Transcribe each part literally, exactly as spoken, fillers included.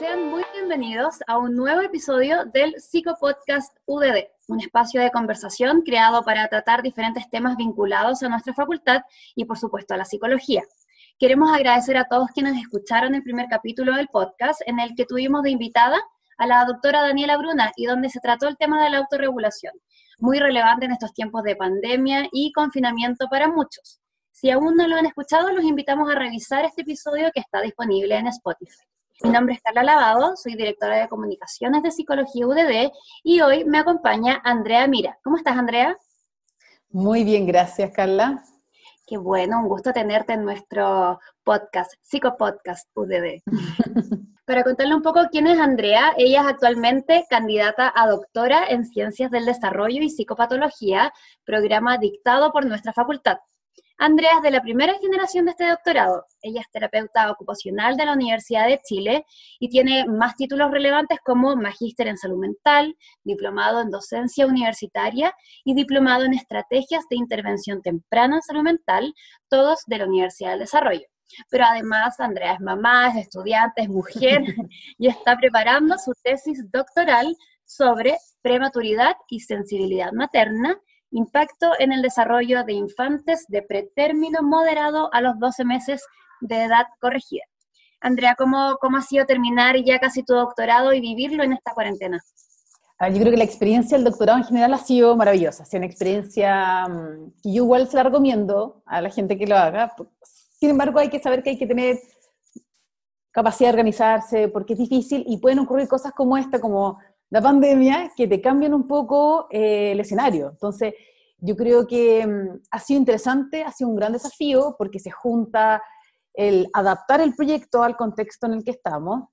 Sean muy bienvenidos a un nuevo episodio del Psicopodcast U D D, un espacio de conversación creado para tratar diferentes temas vinculados a nuestra facultad y, por supuesto, a la psicología. Queremos agradecer a todos quienes escucharon el primer capítulo del podcast, en el que tuvimos de invitada a la doctora Daniela Bruna y donde se trató el tema de la autorregulación, muy relevante en estos tiempos de pandemia y confinamiento para muchos. Si aún no lo han escuchado, los invitamos a revisar este episodio que está disponible en Spotify. Mi nombre es Carla Lavado, soy directora de Comunicaciones de Psicología U D D y hoy me acompaña Andrea Mira. ¿Cómo estás, Andrea? Muy bien, gracias, Carla. Qué bueno, un gusto tenerte en nuestro podcast, Psicopodcast U D D. Para contarle un poco quién es Andrea, ella es actualmente candidata a doctora en Ciencias del Desarrollo y Psicopatología, programa dictado por nuestra facultad. Andrea es de la primera generación de este doctorado. Ella es terapeuta ocupacional de la Universidad de Chile y tiene más títulos relevantes como Magíster en Salud Mental, Diplomado en Docencia Universitaria y Diplomado en Estrategias de Intervención Temprana en Salud Mental, todos de la Universidad del Desarrollo. Pero además, Andrea es mamá, es estudiante, es mujer y está preparando su tesis doctoral sobre prematuridad y sensibilidad materna, impacto en el desarrollo de infantes de pretérmino moderado a los doce meses de edad corregida. Andrea, ¿cómo, cómo ha sido terminar ya casi tu doctorado y vivirlo en esta cuarentena? Yo creo que la experiencia del doctorado en general ha sido maravillosa. Ha sido una experiencia que yo igual se la recomiendo a la gente que lo haga. Sin embargo, hay que saber que hay que tener capacidad de organizarse porque es difícil y pueden ocurrir cosas como esta, como la pandemia, que te cambian un poco eh, el escenario. Entonces, yo creo que um, ha sido interesante, ha sido un gran desafío, porque se junta el adaptar el proyecto al contexto en el que estamos,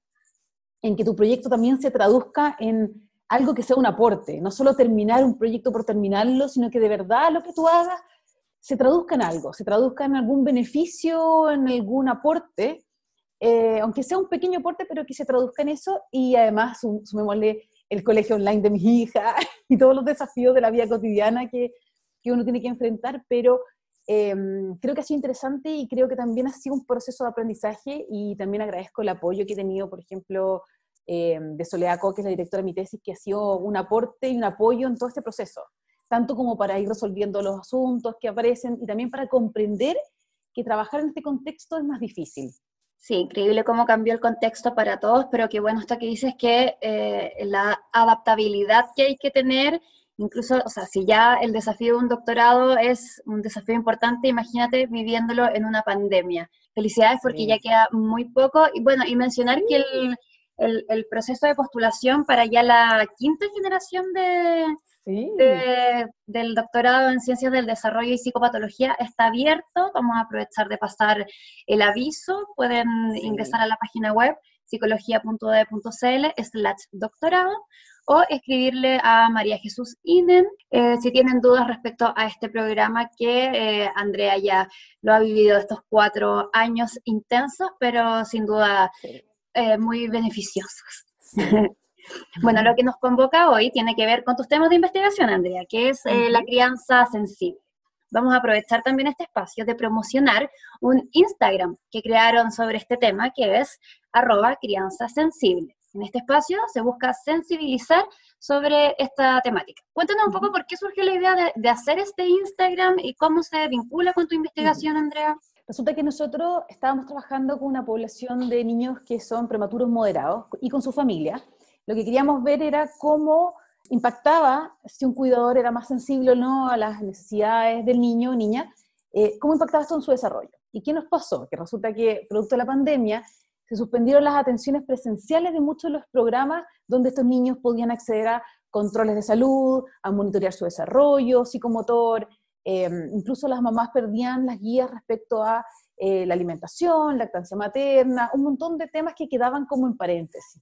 en que tu proyecto también se traduzca en algo que sea un aporte, no solo terminar un proyecto por terminarlo, sino que de verdad lo que tú hagas se traduzca en algo, se traduzca en algún beneficio, en algún aporte, eh, aunque sea un pequeño aporte, pero que se traduzca en eso, y además sumémosle el colegio online de mis hijas y todos los desafíos de la vida cotidiana que, que uno tiene que enfrentar, pero eh, creo que ha sido interesante y creo que también ha sido un proceso de aprendizaje y también agradezco el apoyo que he tenido, por ejemplo, eh, de Soledad Co, que es la directora de mi tesis, que ha sido un aporte y un apoyo en todo este proceso, tanto como para ir resolviendo los asuntos que aparecen y también para comprender que trabajar en este contexto es más difícil. Sí, increíble cómo cambió el contexto para todos, pero qué bueno esto que dices que eh, la adaptabilidad que hay que tener, incluso, o sea, si ya el desafío de un doctorado es un desafío importante, imagínate viviéndolo en una pandemia. Felicidades porque sí. Ya queda muy poco. Y bueno, y mencionar que el, el, el proceso de postulación para ya la quinta generación de... Sí. De, del doctorado en Ciencias del Desarrollo y Psicopatología está abierto. Vamos a aprovechar de pasar el aviso. Pueden sí. ingresar a la página web psicología punto u d punto c l slash doctorado o escribirle a María Jesús Inen eh, si tienen dudas respecto a este programa que eh, Andrea ya lo ha vivido estos cuatro años intensos, pero sin duda eh, muy beneficiosos. Sí. Bueno, lo que nos convoca hoy tiene que ver con tus temas de investigación, Andrea, que es eh, uh-huh. la crianza sensible. Vamos a aprovechar también este espacio de promocionar un Instagram que crearon sobre este tema, que es arroba crianza sensible. En este espacio se busca sensibilizar sobre esta temática. Cuéntanos un poco por qué surgió la idea de, de hacer este Instagram y cómo se vincula con tu investigación, uh-huh. Andrea. Resulta que nosotros estábamos trabajando con una población de niños que son prematuros moderados y con su familia. Lo que queríamos ver era cómo impactaba, si un cuidador era más sensible o no a las necesidades del niño o niña, eh, cómo impactaba esto en su desarrollo. ¿Y qué nos pasó? Que resulta que, producto de la pandemia, se suspendieron las atenciones presenciales de muchos de los programas donde estos niños podían acceder a controles de salud, a monitorear su desarrollo psicomotor, eh, incluso las mamás perdían las guías respecto a eh, la alimentación, lactancia materna, un montón de temas que quedaban como en paréntesis.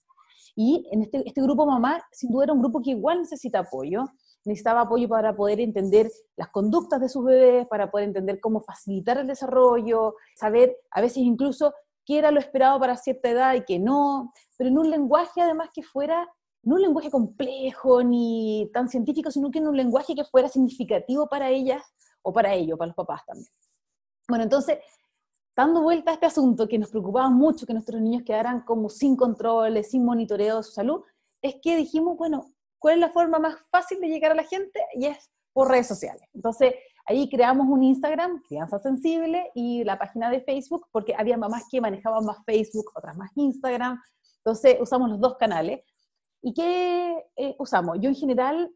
Y en este, este grupo mamá, sin duda era un grupo que igual necesita apoyo, necesitaba apoyo para poder entender las conductas de sus bebés, para poder entender cómo facilitar el desarrollo, saber a veces incluso qué era lo esperado para cierta edad y qué no, pero en un lenguaje además que fuera, no un lenguaje complejo ni tan científico, sino que en un lenguaje que fuera significativo para ellas o para ellos, para los papás también. Bueno, entonces dando vuelta a este asunto que nos preocupaba mucho, que nuestros niños quedaran como sin controles, sin monitoreo de su salud, es que dijimos, bueno, ¿cuál es la forma más fácil de llegar a la gente? Y es por redes sociales. Entonces, ahí creamos un Instagram, Crianza Sensible, y la página de Facebook, porque había mamás que manejaban más Facebook, otras más Instagram. Entonces, usamos los dos canales. ¿Y qué eh, usamos? Yo en general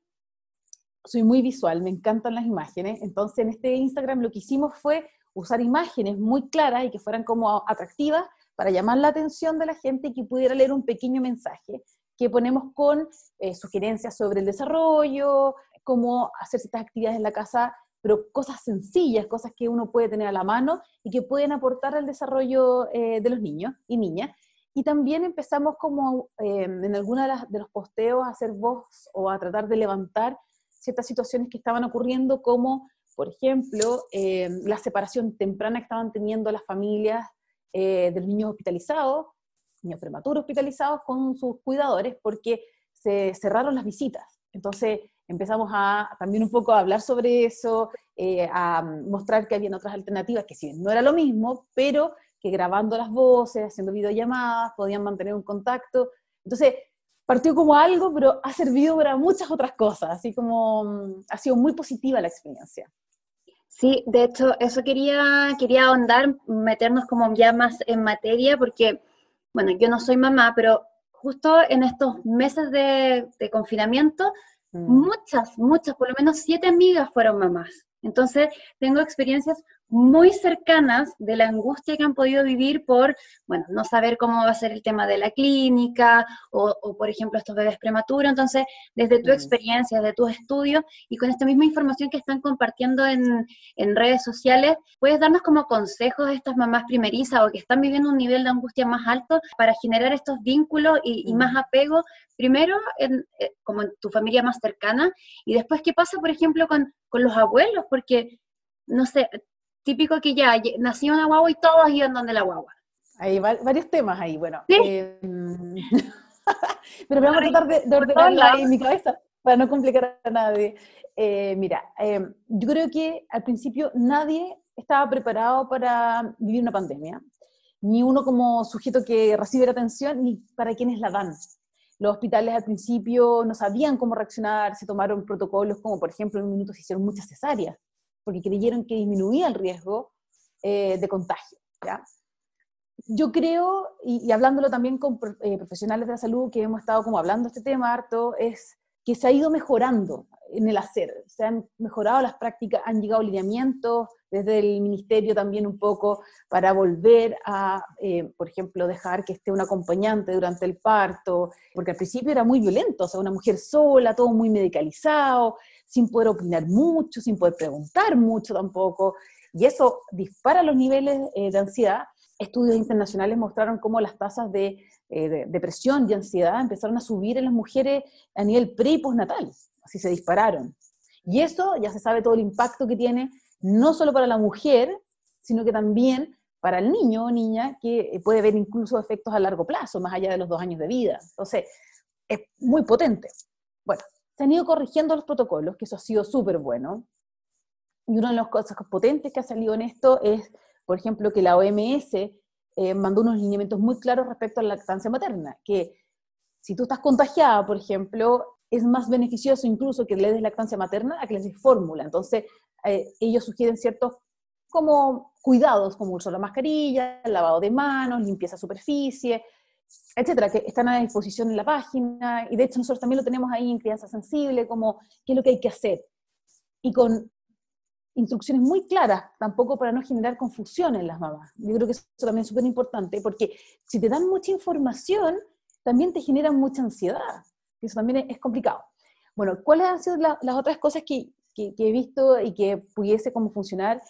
soy muy visual, me encantan las imágenes. Entonces, en este Instagram lo que hicimos fue usar imágenes muy claras y que fueran como atractivas para llamar la atención de la gente y que pudiera leer un pequeño mensaje que ponemos con eh, sugerencias sobre el desarrollo, cómo hacer ciertas actividades en la casa, pero cosas sencillas, cosas que uno puede tener a la mano y que pueden aportar al desarrollo eh, de los niños y niñas. Y también empezamos como eh, en algunos de, las, de los posteos a hacer voz o a tratar de levantar ciertas situaciones que estaban ocurriendo, como por ejemplo, eh, la separación temprana que estaban teniendo las familias eh, de los niños hospitalizados, niños prematuros hospitalizados con sus cuidadores, porque se cerraron las visitas. Entonces empezamos a también un poco a hablar sobre eso, eh, a mostrar que habían otras alternativas, que sí, no era lo mismo, pero que grabando las voces, haciendo videollamadas, podían mantener un contacto. Entonces, partió como algo, pero ha servido para muchas otras cosas, así como ha sido muy positiva la experiencia. Sí, de hecho, eso quería, quería ahondar, meternos como ya más en materia, porque, bueno, yo no soy mamá, pero justo en estos meses de, de confinamiento, mm. muchas, muchas, por lo menos siete amigas fueron mamás. Entonces, tengo experiencias muy cercanas de la angustia que han podido vivir por, bueno, no saber cómo va a ser el tema de la clínica, o, o por ejemplo, estos bebés prematuros. Entonces, desde tu mm. experiencia, de tus estudios, y con esta misma información que están compartiendo en, en redes sociales, ¿puedes darnos como consejos a estas mamás primerizas o que están viviendo un nivel de angustia más alto para generar estos vínculos y, y mm. más apego, primero en, eh, como en tu familia más cercana, y después qué pasa, por ejemplo, con, con los abuelos? Porque, no sé, típico que ya nació una guagua y todos iban donde la guagua. Hay varios temas ahí, bueno. ¿Sí? Eh, pero vamos a tratar de, de ordenarla en mi cabeza para no complicar a nadie. Eh, mira, eh, yo creo que al principio nadie estaba preparado para vivir una pandemia, ni uno como sujeto que recibe la atención, ni para quienes la dan. Los hospitales al principio no sabían cómo reaccionar, se tomaron protocolos como, por ejemplo, en un minuto se hicieron muchas cesáreas, porque creyeron que disminuía el riesgo eh, de contagio, ¿ya? Yo creo, y, y hablándolo también con eh, profesionales de la salud que hemos estado como hablando de este tema harto, es que se ha ido mejorando en el hacer, se han mejorado las prácticas, han llegado lineamientos desde el ministerio también un poco para volver a, eh, por ejemplo, dejar que esté un acompañante durante el parto, porque al principio era muy violento, o sea, una mujer sola, todo muy medicalizado, sin poder opinar mucho, sin poder preguntar mucho tampoco, y eso dispara los niveles eh, de ansiedad. Estudios internacionales mostraron cómo las tasas de, eh, de depresión y ansiedad empezaron a subir en las mujeres a nivel pre y postnatal, así se dispararon. Y eso ya se sabe todo el impacto que tiene, no solo para la mujer, sino que también para el niño o niña, que puede ver incluso efectos a largo plazo, más allá de los dos años de vida. Entonces, es muy potente. Bueno, se han ido corrigiendo los protocolos, que eso ha sido súper bueno. Y una de las cosas potentes que ha salido en esto es, por ejemplo, que la O M S eh, mandó unos lineamientos muy claros respecto a la lactancia materna, que si tú estás contagiada, por ejemplo, es más beneficioso incluso que le des lactancia materna a que les des fórmula. Entonces, eh, ellos sugieren ciertos como cuidados, como uso de la mascarilla, lavado de manos, limpieza de superficie, etcétera, que están a disposición en la página, y de hecho nosotros también lo tenemos ahí en Crianza Sensible, como qué es lo que hay que hacer. Y con instrucciones muy claras, tampoco para no generar confusión en las mamás. Yo creo que eso también es súper importante, porque si te dan mucha información, también te generan mucha ansiedad, que eso también es complicado. Bueno, ¿cuáles han sido la, las otras cosas que, que, que he visto y que pudiese como funcionar?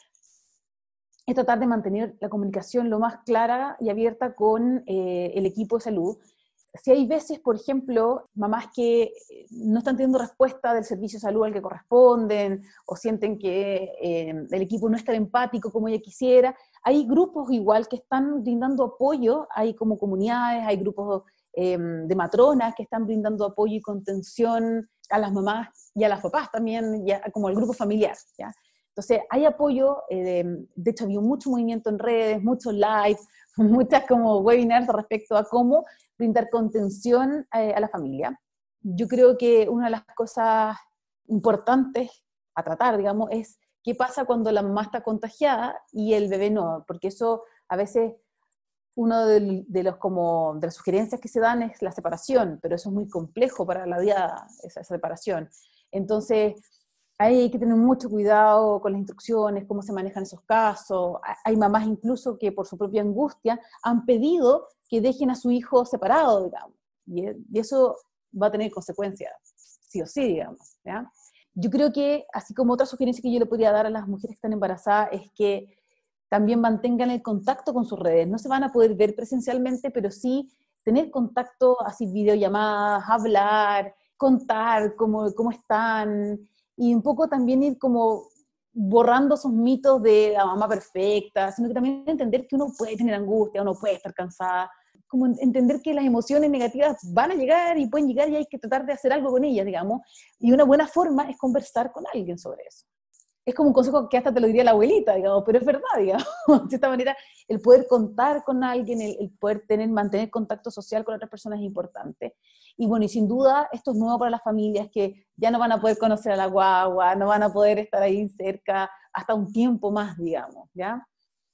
Es tratar de mantener la comunicación lo más clara y abierta con eh, el equipo de salud. Si hay veces, por ejemplo, mamás que no están teniendo respuesta del servicio de salud al que corresponden, o sienten que eh, el equipo no es tan empático como ella quisiera, hay grupos igual que están brindando apoyo, hay como comunidades, hay grupos eh, de matronas que están brindando apoyo y contención a las mamás y a las papás también, ya, como el grupo familiar, ¿ya? Entonces, hay apoyo, eh, de, de hecho, había mucho movimiento en redes, muchos live, muchas como webinars respecto a cómo brindar contención eh, a la familia. Yo creo que una de las cosas importantes a tratar, digamos, es qué pasa cuando la mamá está contagiada y el bebé no, porque eso a veces, uno de, de, los, como, de las sugerencias que se dan es la separación, pero eso es muy complejo para la vida, esa, esa separación. Entonces, ahí hay que tener mucho cuidado con las instrucciones, cómo se manejan esos casos. Hay mamás incluso que por su propia angustia han pedido que dejen a su hijo separado, digamos, y, y eso va a tener consecuencias, sí o sí, digamos, ¿ya? Yo creo que, así como otra sugerencia que yo le podría dar a las mujeres que están embarazadas, es que también mantengan el contacto con sus redes. No se van a poder ver presencialmente, pero sí tener contacto, así videollamadas, hablar, contar cómo, cómo están, y un poco también ir como borrando esos mitos de la mamá perfecta, sino que también entender que uno puede tener angustia, uno puede estar cansada, como entender que las emociones negativas van a llegar y pueden llegar y hay que tratar de hacer algo con ellas, digamos, y una buena forma es conversar con alguien sobre eso. Es como un consejo que hasta te lo diría la abuelita, digamos, pero es verdad, digamos, de cierta manera, el poder contar con alguien, el, el poder tener, mantener contacto social con otras personas es importante. Y bueno, y sin duda, esto es nuevo para las familias que ya no van a poder conocer a la guagua, no van a poder estar ahí cerca hasta un tiempo más, digamos, ¿ya?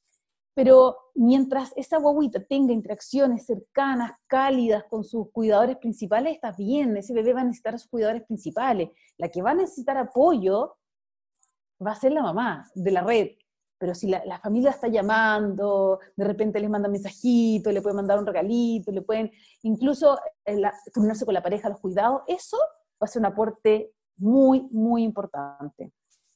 Pero mientras esa guaguita tenga interacciones cercanas, cálidas con sus cuidadores principales, está bien, ese bebé va a necesitar a sus cuidadores principales. La que va a necesitar apoyo va a ser la mamá de la red, pero si la, la familia está llamando, de repente les manda mensajitos, le pueden mandar un regalito, le pueden incluso eh, la, turnarse con la pareja los cuidados, eso va a ser un aporte muy, muy importante.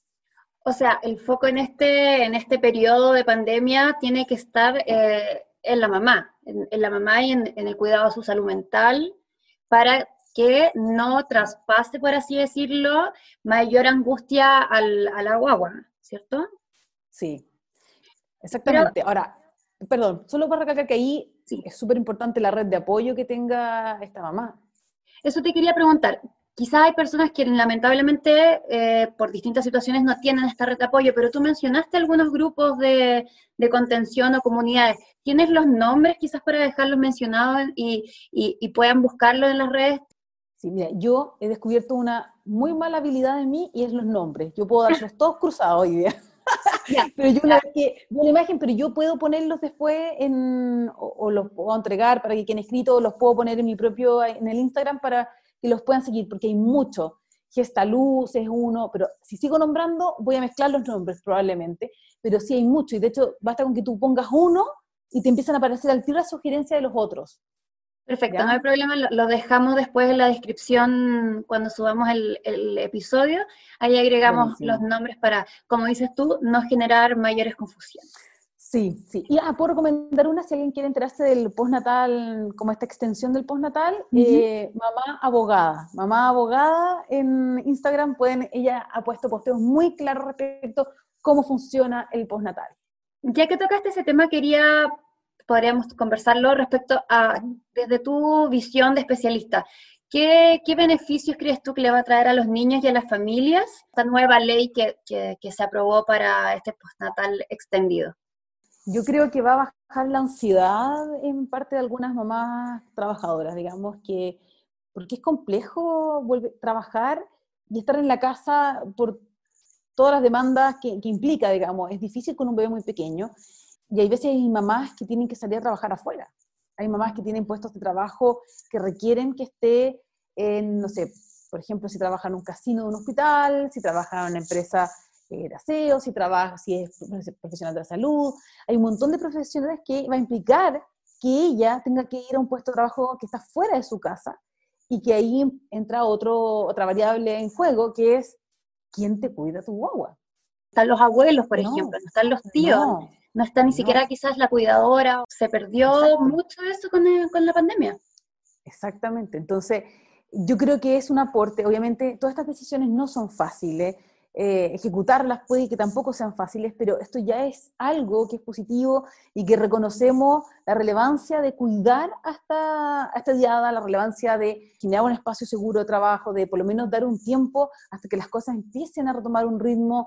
O sea, el foco en este, en este periodo de pandemia tiene que estar eh, en la mamá, en, en la mamá y en, en el cuidado de su salud mental, para que no traspase, por así decirlo, mayor angustia al, a la guagua, ¿cierto? Sí, Pero, exactamente. Ahora, perdón, solo para recalcar que ahí sí, es súper importante la red de apoyo que tenga esta mamá. eso te quería preguntar. Quizás hay personas que lamentablemente eh, por distintas situaciones no tienen esta red de apoyo, pero tú mencionaste algunos grupos de, de contención o comunidades. ¿Tienes los nombres quizás para dejarlos mencionados y, y, y puedan buscarlos en las redes? Sí, mira, yo he descubierto una muy mala habilidad en mí y es los nombres. Yo puedo dárselos todos cruzados hoy día. Ya, Pero yo una ya. vez que veo la imagen, pero yo puedo ponerlos después en, o, o los puedo entregar para que queden escritos, o los puedo poner en mi propio, en el Instagram para que los puedan seguir, porque hay mucho. Gestaluz es uno, pero si sigo nombrando, voy a mezclar los nombres probablemente, pero sí hay mucho, y de hecho basta con que tú pongas uno y te empiezan a aparecer al tiro las sugerencias de los otros, Perfecto, no hay ¿ya? problema, lo, lo dejamos después en la descripción cuando subamos el, el episodio. Ahí agregamos los Buenísimo. nombres para, como dices tú, no generar mayores confusiones. Sí, sí. Y ah, puedo recomendar una si alguien quiere enterarse del postnatal, como esta extensión del postnatal, Uh-huh. eh, Mamá Abogada. Mamá Abogada en Instagram, pueden, ella ha puesto posteos muy claros respecto a cómo funciona el postnatal. Ya que tocaste ese tema, quería, podríamos conversarlo respecto a, desde tu visión de especialista, ¿qué, qué beneficios crees tú que le va a traer a los niños y a las familias esta nueva ley que, que, que se aprobó para este postnatal extendido? Yo creo que va a bajar la ansiedad en parte de algunas mamás trabajadoras, digamos, que porque es complejo volver, trabajar y estar en la casa por todas las demandas que, que implica, digamos. Es difícil con un bebé muy pequeño y hay veces hay mamás que tienen que salir a trabajar afuera. Hay mamás que tienen puestos de trabajo que requieren que esté en, no sé, por ejemplo, si trabaja en un casino de un hospital, si trabaja en una empresa eh, de aseo, si trabaja, si es profesional de la salud. Hay un montón de profesionales que va a implicar que ella tenga que ir a un puesto de trabajo que está fuera de su casa y que ahí entra otro, otra variable en juego, que es ¿quién te cuida tu guagua? Están los abuelos, por ejemplo, No, no están los tíos, no, no está ni siquiera no, quizás la cuidadora, se perdió exacto, mucho eso con, el- con la pandemia. exactamente. Entonces, yo creo que es un aporte. Obviamente, todas estas decisiones no son fáciles, eh, ejecutarlas puede que tampoco sean fáciles, pero esto ya es algo que es positivo y que reconocemos la relevancia de cuidar a esta, a esta diada, la relevancia de generar un espacio seguro de trabajo, de por lo menos dar un tiempo hasta que las cosas empiecen a retomar un ritmo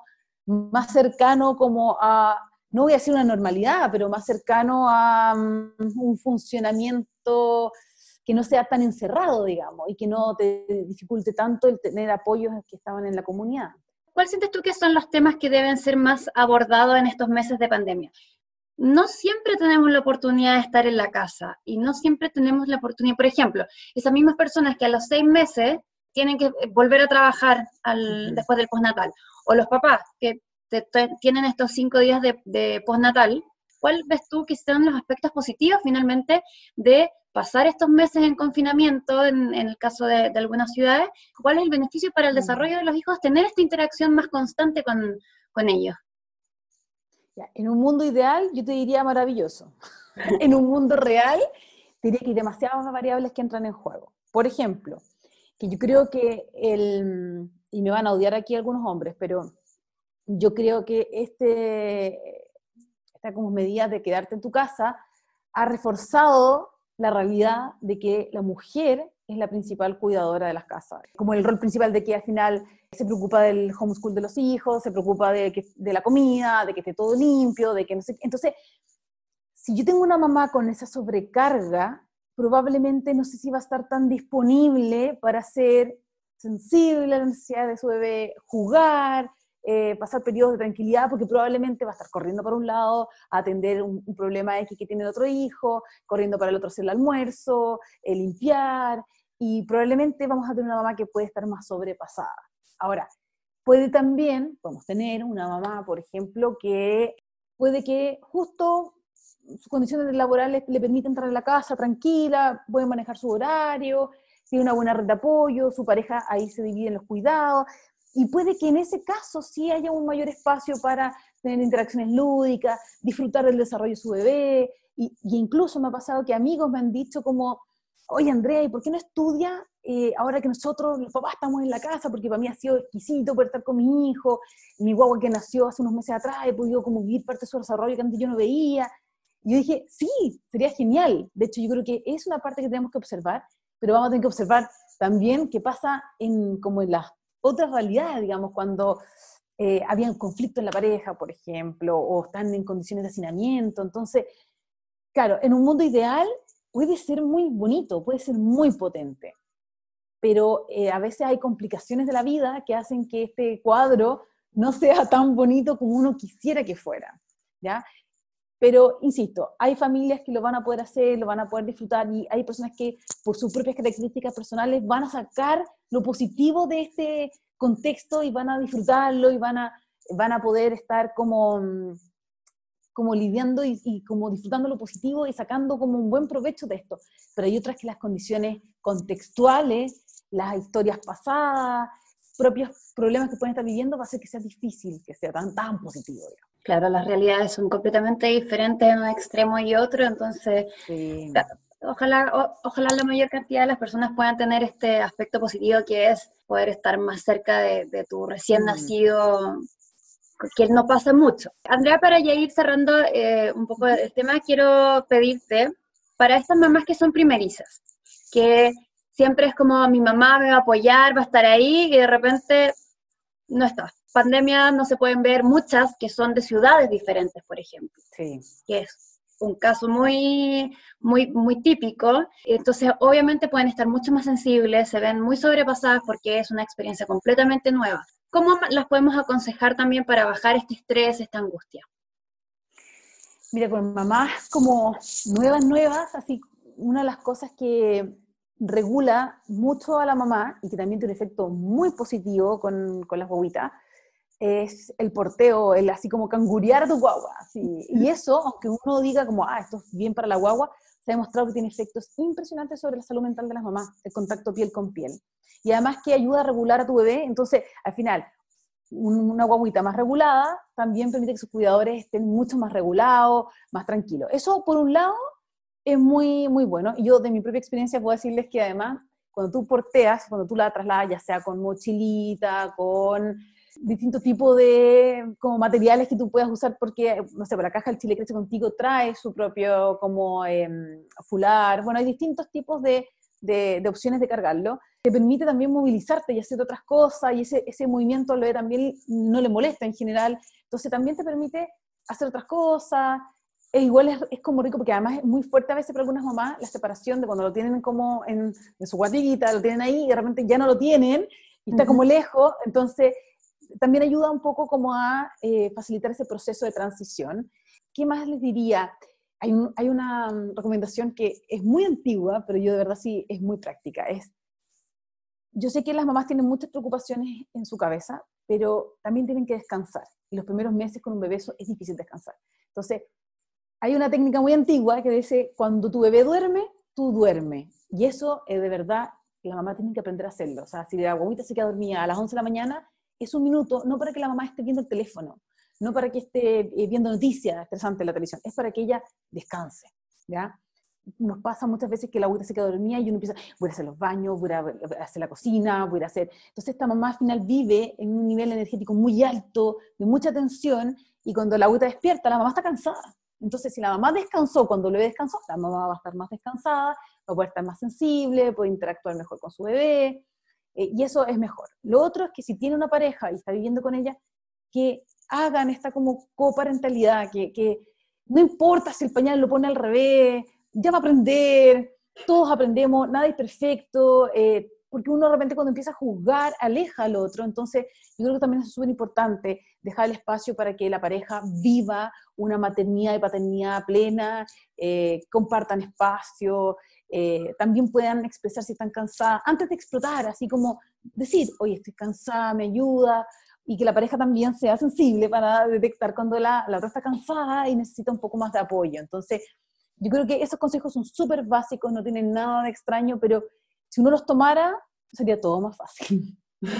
más cercano como a, no voy a decir una normalidad, pero más cercano a um, un funcionamiento que no sea tan encerrado, digamos, y que no te dificulte tanto el tener apoyos que estaban en la comunidad. ¿Cuál sientes tú que son los temas que deben ser más abordados en estos meses de pandemia? No siempre tenemos la oportunidad de estar en la casa y no siempre tenemos la oportunidad, por ejemplo, esas mismas personas que a los seis meses tienen que volver a trabajar al, uh-huh. después del postnatal, o los papás que te, te, tienen estos cinco días de, de postnatal, ¿cuál ves tú que son los aspectos positivos finalmente de pasar estos meses en confinamiento, en, en el caso de, de algunas ciudades? ¿Cuál es el beneficio para el desarrollo de los hijos tener esta interacción más constante con, con ellos? Ya, en un mundo ideal yo te diría maravilloso. En un mundo real te diría que hay demasiadas variables que entran en juego. Por ejemplo, que yo creo que el, y me van a odiar aquí algunos hombres, pero yo creo que este, esta como medida de quedarte en tu casa ha reforzado la realidad de que la mujer es la principal cuidadora de las casas. Como el rol principal de que al final se preocupa del homeschool de los hijos, se preocupa de, que, de la comida, de que esté todo limpio, de que no sé. Entonces, si yo tengo una mamá con esa sobrecarga, probablemente no sé si va a estar tan disponible para ser sensible a la necesidad de su bebé, jugar, eh, pasar periodos de tranquilidad, porque probablemente va a estar corriendo para un lado a atender un, un problema X que tiene el otro hijo, corriendo para el otro hacer el almuerzo, eh, limpiar, y probablemente vamos a tener una mamá que puede estar más sobrepasada. Ahora, puede también, podemos tener una mamá, por ejemplo, que puede que justo sus condiciones laborales le permiten entrar a la casa tranquila, puede manejar su horario, tiene una buena red de apoyo, su pareja ahí se dividen los cuidados, y puede que en ese caso sí haya un mayor espacio para tener interacciones lúdicas, disfrutar del desarrollo de su bebé, y, y incluso me ha pasado que amigos me han dicho como, oye Andrea, ¿y por qué no estudias eh, ahora que nosotros, los papás, estamos en la casa? Porque para mí ha sido exquisito poder estar con mi hijo, mi guagua que nació hace unos meses atrás, he podido como vivir parte de su desarrollo que antes yo no veía. Y yo dije, sí, sería genial. De hecho, yo creo que es una parte que tenemos que observar, pero vamos a tener que observar también qué pasa en, como en las otras realidades, digamos, cuando eh, había un conflicto en la pareja, por ejemplo, o están en condiciones de hacinamiento. Entonces, claro, en un mundo ideal puede ser muy bonito, puede ser muy potente, pero eh, a veces hay complicaciones de la vida que hacen que este cuadro no sea tan bonito como uno quisiera que fuera, ¿ya? Pero, insisto, hay familias que lo van a poder hacer, lo van a poder disfrutar, y hay personas que, por sus propias características personales, van a sacar lo positivo de este contexto y van a disfrutarlo y van a, van a poder estar como, como lidiando y, y como disfrutando lo positivo y sacando como un buen provecho de esto. Pero hay otras que las condiciones contextuales, las historias pasadas, propios problemas que pueden estar viviendo, va a hacer que sea difícil que sea tan, tan positivo, digamos. Claro, las realidades son completamente diferentes en un extremo y otro, entonces sí. ojalá, o, ojalá la mayor cantidad de las personas puedan tener este aspecto positivo que es poder estar más cerca de, de tu recién mm. nacido, que no pasa mucho. Andrea, para ya ir cerrando eh, un poco el tema, quiero pedirte, para estas mamás que son primerizas, que siempre es como mi mamá me va a apoyar, va a estar ahí, y de repente no está. Pandemia no se pueden ver muchas que son de ciudades diferentes, por ejemplo. Sí. Que es un caso muy, muy, muy típico. Entonces, obviamente pueden estar mucho más sensibles, se ven muy sobrepasadas porque es una experiencia completamente nueva. ¿Cómo las podemos aconsejar también para bajar este estrés, esta angustia? Mira, con mamás como nuevas, nuevas, así, una de las cosas que regula mucho a la mamá y que también tiene un efecto muy positivo con, con las guaguitas, es el porteo, el así como cangurear a tu guagua. Así. Y eso, aunque uno diga como, ah, esto es bien para la guagua, se ha demostrado que tiene efectos impresionantes sobre la salud mental de las mamás, el contacto piel con piel. Y además que ayuda a regular a tu bebé, entonces, al final, una guaguita más regulada también permite que sus cuidadores estén mucho más regulados, más tranquilos. Eso, por un lado, es muy, muy bueno. Y yo, de mi propia experiencia, puedo decirles que además, cuando tú porteas, cuando tú la trasladas, ya sea con mochilita, con distintos tipos de como materiales que tú puedas usar, porque, no sé, por la caja del Chile Crece Contigo trae su propio como eh, fular, bueno, hay distintos tipos de, de, de opciones de cargarlo. te permite también movilizarte y hacer otras cosas, y ese, ese movimiento al bebé también no le molesta en general, entonces también te permite hacer otras cosas, e igual es, es como rico, porque además es muy fuerte a veces para algunas mamás la separación de cuando lo tienen como en, en su guatita, lo tienen ahí, y de repente ya no lo tienen, y está uh-huh. como lejos, entonces también ayuda un poco como a eh, facilitar ese proceso de transición. ¿Qué más les diría? Hay, un, hay una recomendación que es muy antigua, pero yo de verdad sí es muy práctica. Es, yo sé que las mamás tienen muchas preocupaciones en su cabeza, pero también tienen que descansar. Y los primeros meses con un bebé eso es difícil descansar. Entonces, hay una técnica muy antigua que dice, cuando tu bebé duerme, tú duermes. Y eso es de verdad, la mamá tiene que aprender a hacerlo. O sea, si la guaguita se queda dormida a las once de la mañana, es un minuto, no para que la mamá esté viendo el teléfono, no para que esté eh, viendo noticias estresantes en la televisión, es para que ella descanse, ¿ya? Nos pasa muchas veces que la agüita se queda dormida y uno empieza, voy a hacer los baños, voy a hacer la cocina, voy a hacer... Entonces esta mamá al final vive en un nivel energético muy alto, de mucha tensión, y cuando la agüita despierta, la mamá está cansada. Entonces si la mamá descansó cuando el bebé descansó, la mamá va a estar más descansada, va a poder estar más sensible, puede interactuar mejor con su bebé, eh, y eso es mejor. Lo otro es que si tiene una pareja y está viviendo con ella, que hagan esta como coparentalidad, que, que no importa si el pañal lo pone al revés, ya va a aprender, todos aprendemos, nada es perfecto, eh, porque uno de repente cuando empieza a juzgar, aleja al otro, entonces yo creo que también es súper importante dejar el espacio para que la pareja viva una maternidad y paternidad plena, eh, compartan espacio, eh, también puedan expresar si están cansadas, antes de explotar, así como decir, oye, estoy cansada, me ayuda, y que la pareja también sea sensible para detectar cuando la, la otra está cansada y necesita un poco más de apoyo. Entonces, yo creo que esos consejos son súper básicos, no tienen nada de extraño, pero si uno los tomara, sería todo más fácil.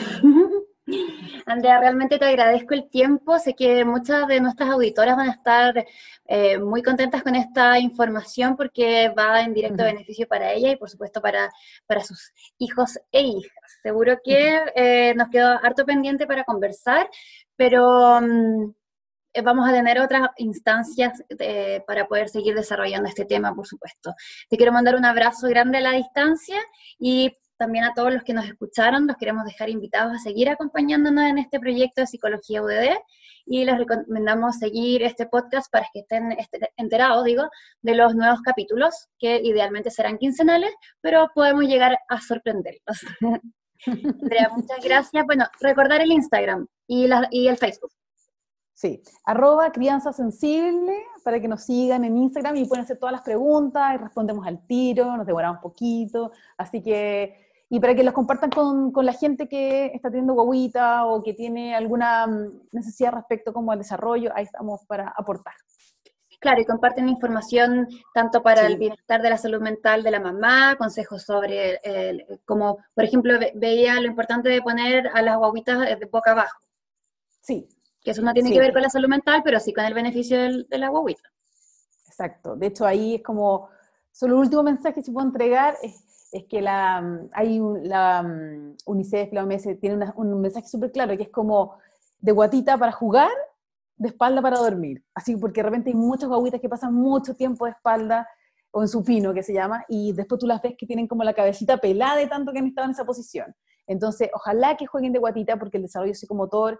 Andrea, realmente te agradezco el tiempo. Sé que muchas de nuestras auditoras van a estar eh, muy contentas con esta información porque va en directo uh-huh. beneficio para ella y por supuesto para, para sus hijos e hijas. Seguro que eh, nos quedó harto pendiente para conversar, pero um, vamos a tener otras instancias de, para poder seguir desarrollando este tema, por supuesto. Te quiero mandar un abrazo grande a la distancia y también a todos los que nos escucharon, los queremos dejar invitados a seguir acompañándonos en este proyecto de Psicología U D D y les recomendamos seguir este podcast para que estén enterados, digo, de los nuevos capítulos, que idealmente serán quincenales, pero podemos llegar a sorprenderlos. Andrea, muchas gracias. Bueno, recordar el Instagram y, la, y el Facebook. Sí, arroba crianza sensible, para que nos sigan en Instagram y pueden hacer todas las preguntas y respondemos al tiro, nos demoramos un poquito, así que, y para que los compartan con, con la gente que está teniendo guaguita o que tiene alguna necesidad respecto como al desarrollo, ahí estamos para aportar. Claro, y comparten información tanto para sí. el bienestar de la salud mental de la mamá, consejos sobre, el, el, como por ejemplo veía lo importante de poner a las guaguitas de boca abajo. Sí. Que eso no tiene sí. que ver con la salud mental, pero sí con el beneficio del, de la guaguita. Exacto. De hecho, ahí es como, solo el último mensaje que se puede entregar es, es que la, hay la um, UNICEF, la O M S, tiene una, un mensaje súper claro, que es como de guatita para jugar, de espalda para dormir. Así, porque de repente hay muchas guaguitas que pasan mucho tiempo de espalda, o en supino, que se llama, y después tú las ves que tienen como la cabecita pelada de tanto que han estado en esa posición. Entonces, ojalá que jueguen de guatita, porque el desarrollo psicomotor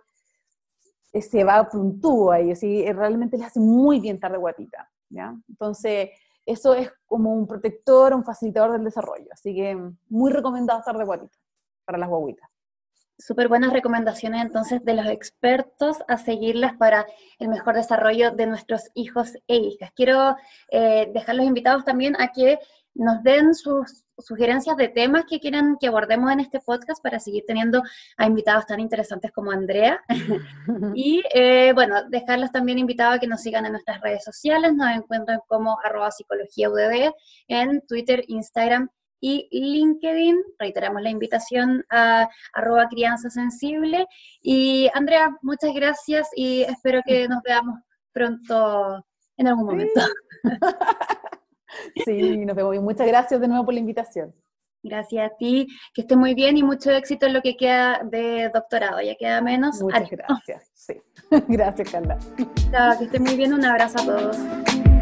se va por un tubo ahí, así, realmente les hace muy bien estar de guatita, ¿ya? Entonces, eso es como un protector, un facilitador del desarrollo, así que muy recomendado estar de guatita para las guaguitas. Súper buenas recomendaciones entonces de los expertos a seguirlas para el mejor desarrollo de nuestros hijos e hijas. Quiero eh, dejar los invitados también a que nos den sus sugerencias de temas que quieran que abordemos en este podcast para seguir teniendo a invitados tan interesantes como Andrea. Y eh, bueno, dejarlos también invitados a que nos sigan en nuestras redes sociales, nos encuentran como arroba psicología U D D en Twitter, Instagram y LinkedIn. Reiteramos la invitación a arroba crianza sensible. Y Andrea, muchas gracias y espero que nos veamos pronto en algún momento. Sí, nos vemos. Y muchas gracias de nuevo por la invitación. Gracias a ti, que estés muy bien y mucho éxito en lo que queda de doctorado. Ya queda menos. Muchas gracias. Sí. Gracias, Carla. Chao, que estés muy bien. Un abrazo a todos.